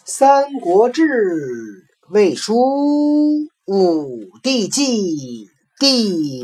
三国志》魏书武帝纪第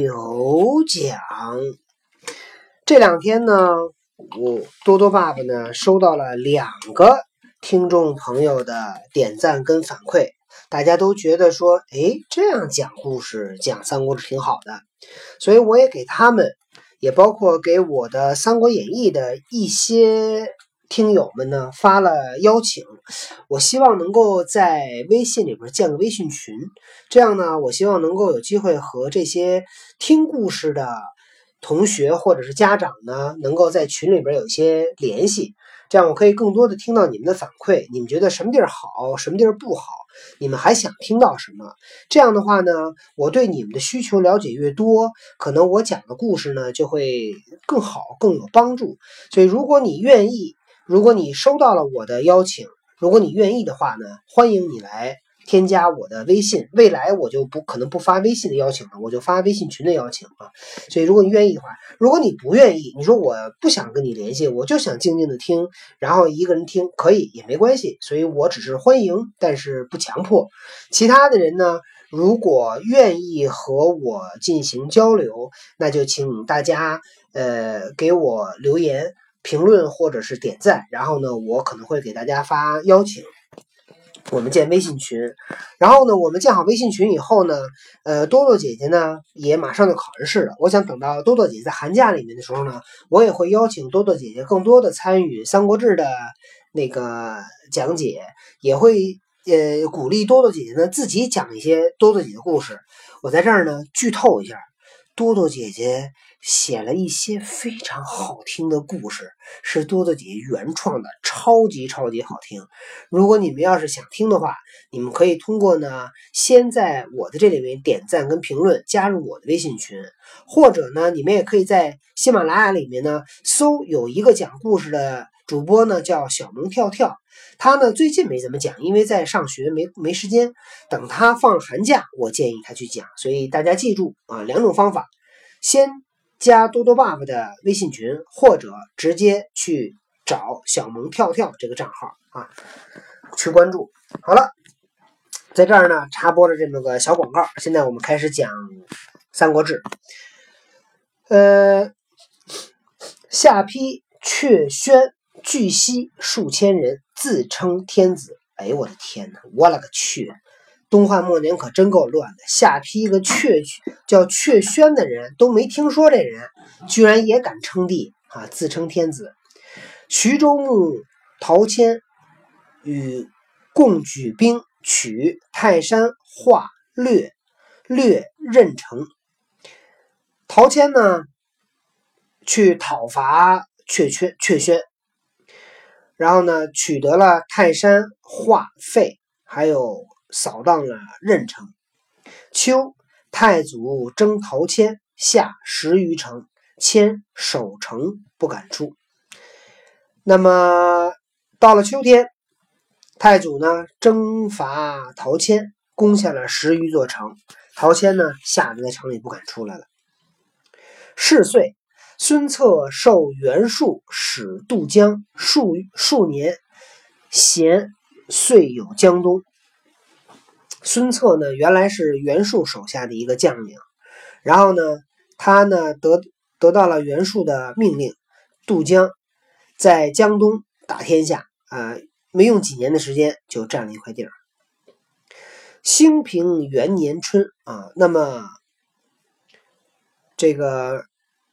9讲。这两天呢，我多多爸爸呢收到了2个听众朋友的点赞跟反馈，大家都觉得说，这样讲故事讲三国志挺好的，所以我也给他们，也包括给我的《三国演义》的一些听友们呢发了邀请，我希望能够在微信里边建个微信群，这样呢，我希望能够有机会和这些听故事的同学或者是家长呢，能够在群里边有一些联系，这样我可以更多的听到你们的反馈，你们觉得什么地儿好，什么地儿不好，你们还想听到什么？这样的话呢，我对你们的需求了解越多，可能我讲的故事呢就会更好，更有帮助。所以如果你愿意，如果你收到了我的邀请，如果你愿意的话呢，欢迎你来添加我的微信。未来我就可能不发微信的邀请了，我就发微信群的邀请啊。所以如果你愿意的话，如果你不愿意，你说我不想跟你联系，我就想静静的听，然后一个人听，可以也没关系。所以我只是欢迎，但是不强迫。其他的人呢，如果愿意和我进行交流，那就请大家给我留言评论或者是点赞，然后呢我可能会给大家发邀请，我们建微信群。然后呢我们建好微信群以后呢，多多姐姐呢也马上就考完试了，我想等到多多姐姐在寒假里面的时候呢，我也会邀请多多姐姐更多的参与三国志的那个讲解，也会鼓励多多姐姐呢自己讲一些多多姐姐的故事。我在这儿呢剧透一下，多多姐姐写了一些非常好听的故事，是多多姐姐原创的，超级好听。如果你们要是想听的话，你们可以通过呢先在我的这里面点赞跟评论，加入我的微信群，或者呢你们也可以在喜马拉雅里面呢搜有一个讲故事的主播呢叫小萌跳跳，他呢最近没怎么讲，因为在上学没时间，等他放寒假我建议他去讲。所以大家记住啊，2种方法，先加多多爸爸的微信群，或者直接去找小萌跳跳这个账号啊，去关注。好了，在这儿呢插播了这么个小广告，现在我们开始讲三国志。下邳阙宣据悉数千人，自称天子。哎我的天哪，我了个去，东汉末年可真够乱的，下邳一个叫阙宣的人都没听说，这人居然也敢称帝啊，自称天子。徐州牧陶谦与共举兵取泰山化略任城。陶谦呢去讨伐阙宣，然后呢取得了泰山化废，还有扫荡了任城。秋，太祖征陶谦，下10余城，谦守城不敢出。那么到了秋天，太祖呢征伐陶谦，攻下了10余座城，陶谦呢吓得在城里不敢出来了。是岁，孙策受袁术使渡江，数年，咸遂有江东。孙策呢原来是袁术手下的一个将领，然后呢他呢得到了袁术的命令，渡江，在江东打天下没用几年的时间就占了一块地儿。兴平元年春那么这个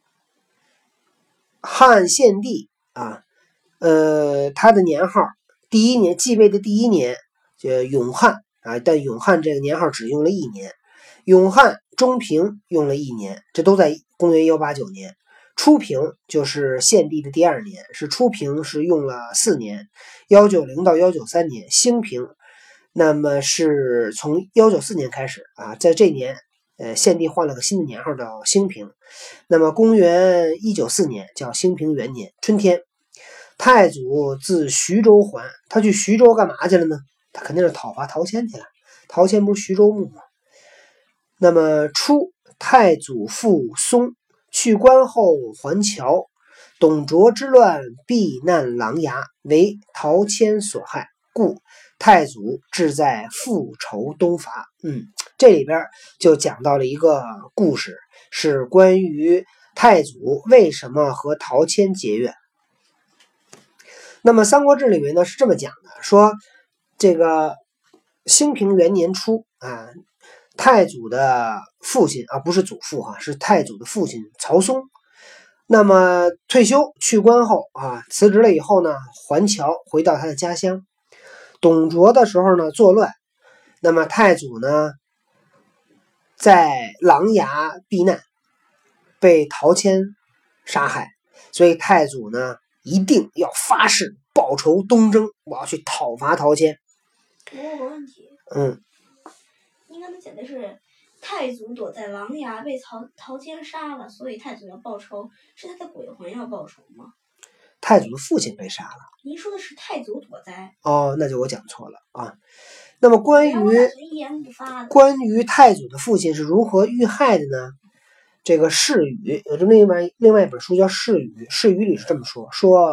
汉献帝他的年号第一年继位的第1年叫永汉但永汉这个年号只用了1年，永汉中平用了1年，这都在公元189年。初平就是献帝的第2年，是初平是用了4年，190到193年。兴平那么是从194年开始在这年献帝换了个新的年号叫兴平。那么公元194年叫兴平元年春天，太祖自徐州还，他去徐州干嘛去了呢？他肯定是讨伐陶谦去了，陶谦不是徐州牧吗？那么初，太祖父松，去关后还侨，董卓之乱避难琅琊，为陶谦所害， 故太祖志在复仇东伐。这里边就讲到了一个故事，是关于太祖为什么和陶谦结怨。那么《三国志》里面呢是这么讲的，说这个兴平元年初啊，太祖的父亲不是祖父是太祖的父亲曹嵩。那么退休去官后辞职了以后呢，还侨回到他的家乡。董卓的时候呢作乱，那么太祖呢在琅琊避难，被陶谦杀害，所以太祖呢一定要发誓报仇东征，我要去讨伐陶谦。 我有个问题，你刚才讲的是太祖躲在琅琊被陶谦杀了，所以太祖要报仇，是他的鬼魂要报仇吗？ 太祖的父亲被杀了。 您说的是太祖躲灾。 那就我讲错了那么关于太祖的父亲是如何遇害的呢？这个《释语》有这么另外一本书叫《释语》，《释语》里是这么说：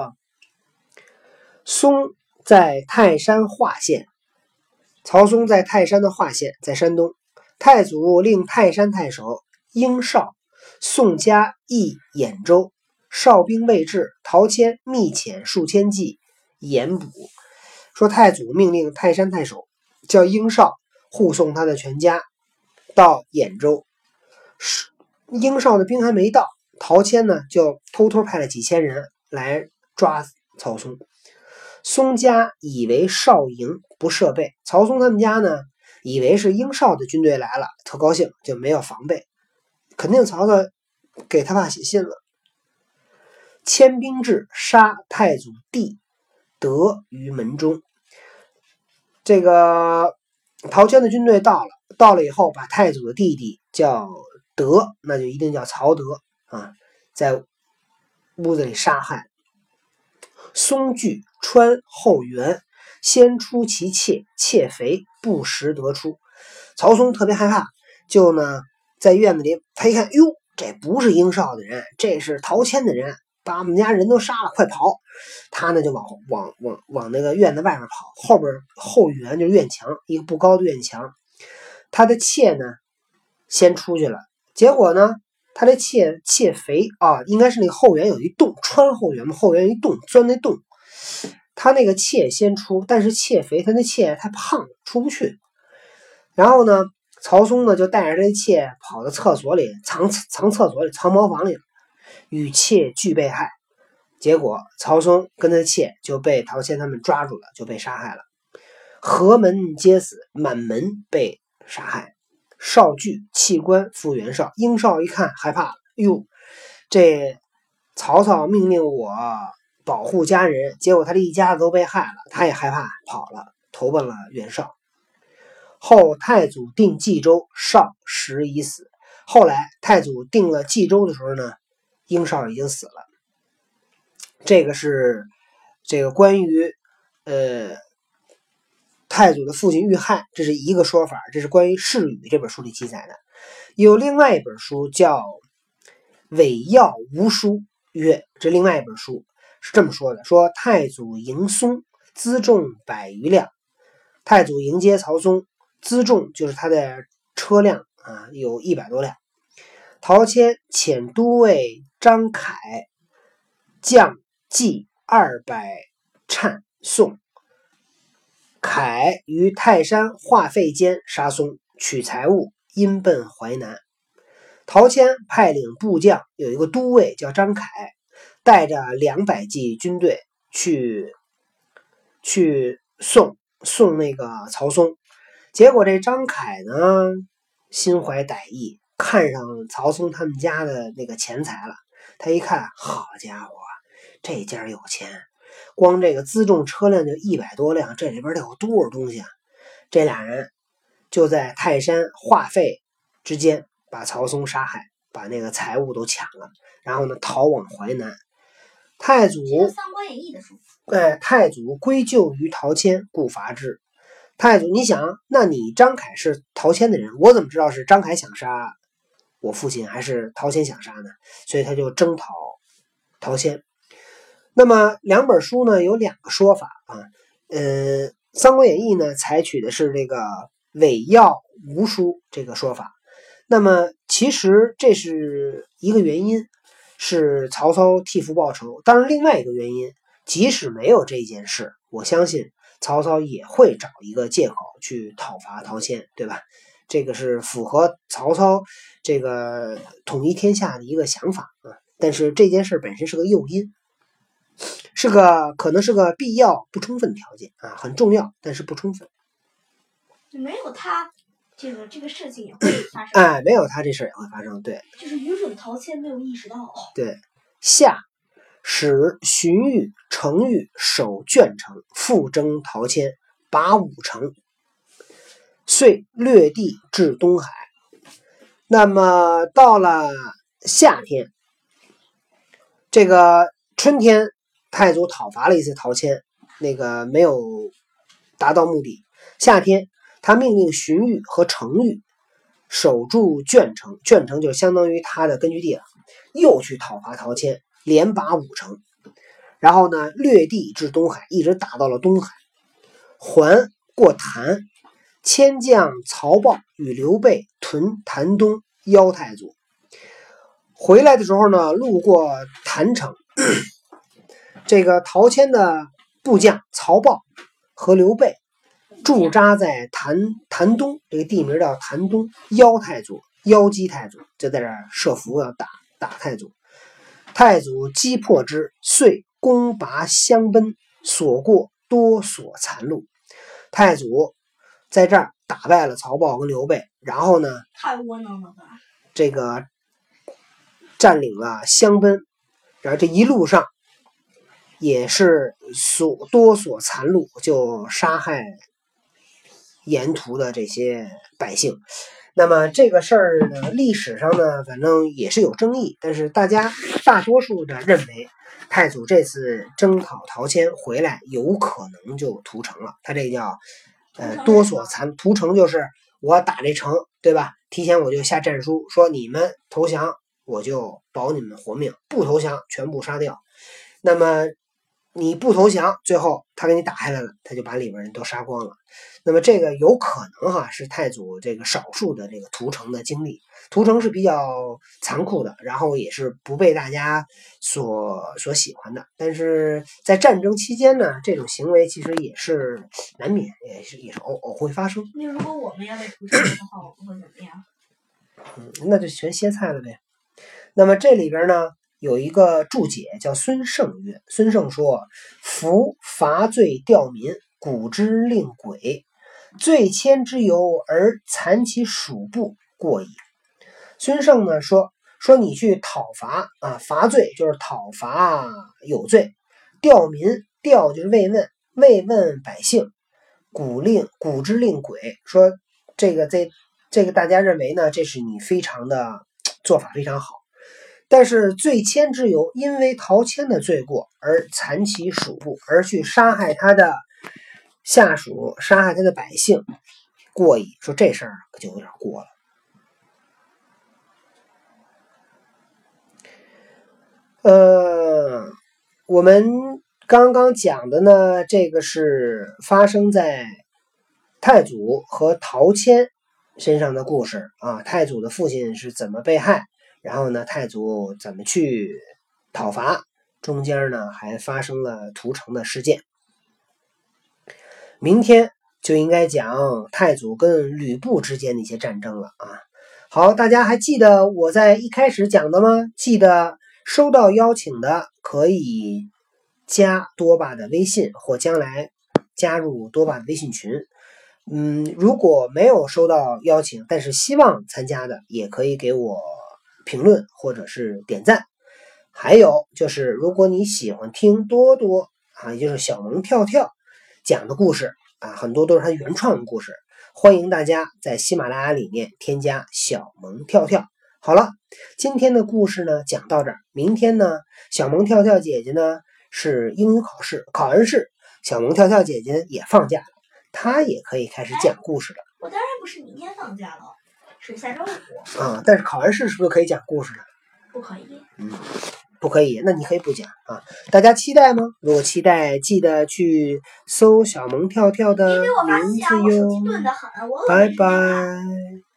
嵩在泰山华县，曹嵩在泰山的华县，在山东。太祖令泰山太守英绍、宋嘉诣兖州，哨兵未至，陶谦密遣数千骑严捕。说太祖命令泰山太守叫英绍护送他的全家到兖州，英绍的兵还没到，陶谦呢就偷偷派了几千人来抓曹嵩。宋家以为绍营不设备，曹嵩他们家呢以为是英绍的军队来了，特高兴，就没有防备。肯定曹操给他爸写信了，迁兵至，杀太祖弟德于门中。这个陶谦的军队到了以后，把太祖的弟弟叫德，那就一定叫曹德在屋子里杀害。嵩惧，穿后援，先出其妾，妾肥，不时得出。曹嵩特别害怕，就呢在院子里，他一看，哟，这不是英绍的人，这是陶谦的人，把我们家人都杀了，快跑！他呢就往那个院子外面跑，后边后援就是院墙，一个不高的院墙。他的妾呢先出去了，结果呢他的妾肥应该是那个后援有一洞，穿后援嘛，后援有一洞，钻那洞。他那个妾先出，但是妾肥，他那妾太胖了，出不去。然后呢，曹嵩呢就带着这妾跑到厕所里，藏厕所里，藏茅房里了，与妾俱被害。结果曹嵩跟他的妾就被陶谦他们抓住了，就被杀害了。河门皆死，满门被杀害。绍惧，弃官复袁绍。英绍一看害怕了，哟，这曹操命令我保护家人，结果他这一家子都被害了，他也害怕跑了，投奔了袁绍。后太祖定冀州，绍时已死。后来太祖定了冀州的时候呢，英绍已经死了。这个是这个关于太祖的父亲遇害，这是一个说法，这是关于《释语》这本书里记载的。有另外一本书叫《伪要无书曰》，这另外一本书是这么说的，说太祖迎嵩，辎重100余辆。太祖迎接曹嵩，辎重就是他的车辆有100多辆。陶谦遣都尉张凯将计200毡送。凯于泰山化废间杀嵩，取财物，因奔淮南。陶谦派领部将，有一个都尉叫张凯，带着200骑军队去送那个曹嵩。结果这张凯呢心怀歹意，看上曹嵩他们家的那个钱财了。他一看，好家伙，这家有钱，光这个辎重车辆就100多辆，这里边得有多少东西啊？这俩人就在泰山化废之间把曹嵩杀害，把那个财物都抢了，然后呢逃往淮南。太祖三国演义的书， 太祖归咎于陶谦，故伐之。太祖，你想，那你张凯是陶谦的人，我怎么知道是张凯想杀我父亲还是陶谦想杀呢？所以他就征讨陶谦。那么两本书呢有2个说法三国演义》呢采取的是这个伪药无书这个说法。那么其实这是一个原因，是曹操替父报仇。当然另外一个原因，即使没有这件事，我相信曹操也会找一个借口去讨伐陶谦，对吧？这个是符合曹操这个统一天下的一个想法啊。但是这件事本身是个诱因，可能是个必要不充分条件啊，很重要但是不充分。 没有他，这个事情也会发生。 没有他这事也会发生，对。 就是愚蠢陶谦没有意识到。 对，夏使荀彧、程昱守鄄城，复征陶谦，拔5城，遂掠地至东海。那么到了夏天，这个春天太祖讨伐了一次陶谦，那个没有达到目的。夏天他命令荀彧和程昱守住鄄城，鄄城就相当于他的根据地了，又去讨伐陶谦，连拔5城，然后呢掠地至东海，一直打到了东海，还过谭，迁将曹豹与刘备屯谭东，邀太祖。回来的时候呢，路过谭城，这个陶谦的部将曹豹和刘备驻扎在谭东，这个地名叫谭东，邀太祖，邀击太祖，就在这儿设伏要打太祖。太祖击破之，遂攻拔相奔，所过多所残戮。太祖在这儿打败了曹豹跟刘备，然后呢， 太窝囊了吧？ 这个占领了相奔，然后这一路上也是多所残戮，就杀害沿途的这些百姓。那么这个事儿呢，历史上呢，反正也是有争议，但是大多数的认为，太祖这次征讨陶谦回来，有可能就屠城了。他这叫多所残，屠城就是我打这城，对吧？提前我就下战书，说你们投降，我就保你们活命；不投降，全部杀掉。那么你不投降，最后他给你打下来了，他就把里边人都杀光了。那么这个有可能是太祖这个少数的这个屠城的经历。屠城是比较残酷的，然后也是不被大家所喜欢的。但是在战争期间呢，这种行为其实也是难免，也是偶会发生。 那如果我们要被屠城的话，我们会怎么样？ 那就全歇菜了呗。那么这里边呢，有一个注解叫孙胜曰，孙胜说：夫伐罪吊民，古之令鬼，罪愆之尤而残其属部，过矣。孙胜呢说你去讨伐伐罪就是讨伐有罪，吊民，吊就是慰问百姓，古之令鬼，说这个大家认为呢，这是你非常的做法非常好。但是罪愆之尤，因为陶谦的罪过而残其属部，而去杀害他的下属，杀害他的百姓，过矣。说这事儿可就有点过了。我们刚刚讲的呢，这个是发生在太祖和陶谦身上的故事啊。太祖的父亲是怎么被害，然后呢，太祖怎么去讨伐，中间呢还发生了屠城的事件。明天就应该讲太祖跟吕布之间的一些战争了啊。好，大家还记得我在一开始讲的吗？记得收到邀请的可以加多爸的微信，或将来加入多爸的微信群。如果没有收到邀请，但是希望参加的，也可以给我评论或者是点赞。还有就是，如果你喜欢听多多也就是小萌跳跳讲的故事很多都是他原创的故事，欢迎大家在喜马拉雅里面添加小萌跳跳。好了，今天的故事呢讲到这儿。明天呢，小萌跳跳姐姐呢是英语考完试，小萌跳跳姐姐也放假了，她也可以开始讲故事了。 我当然不是明天放假了，是下周5。 但是考完试是不是可以讲故事了？ 不可以。 不可以，那你可以不讲啊。大家期待吗？如果期待，记得去搜小萌跳跳的名字哟。拜拜。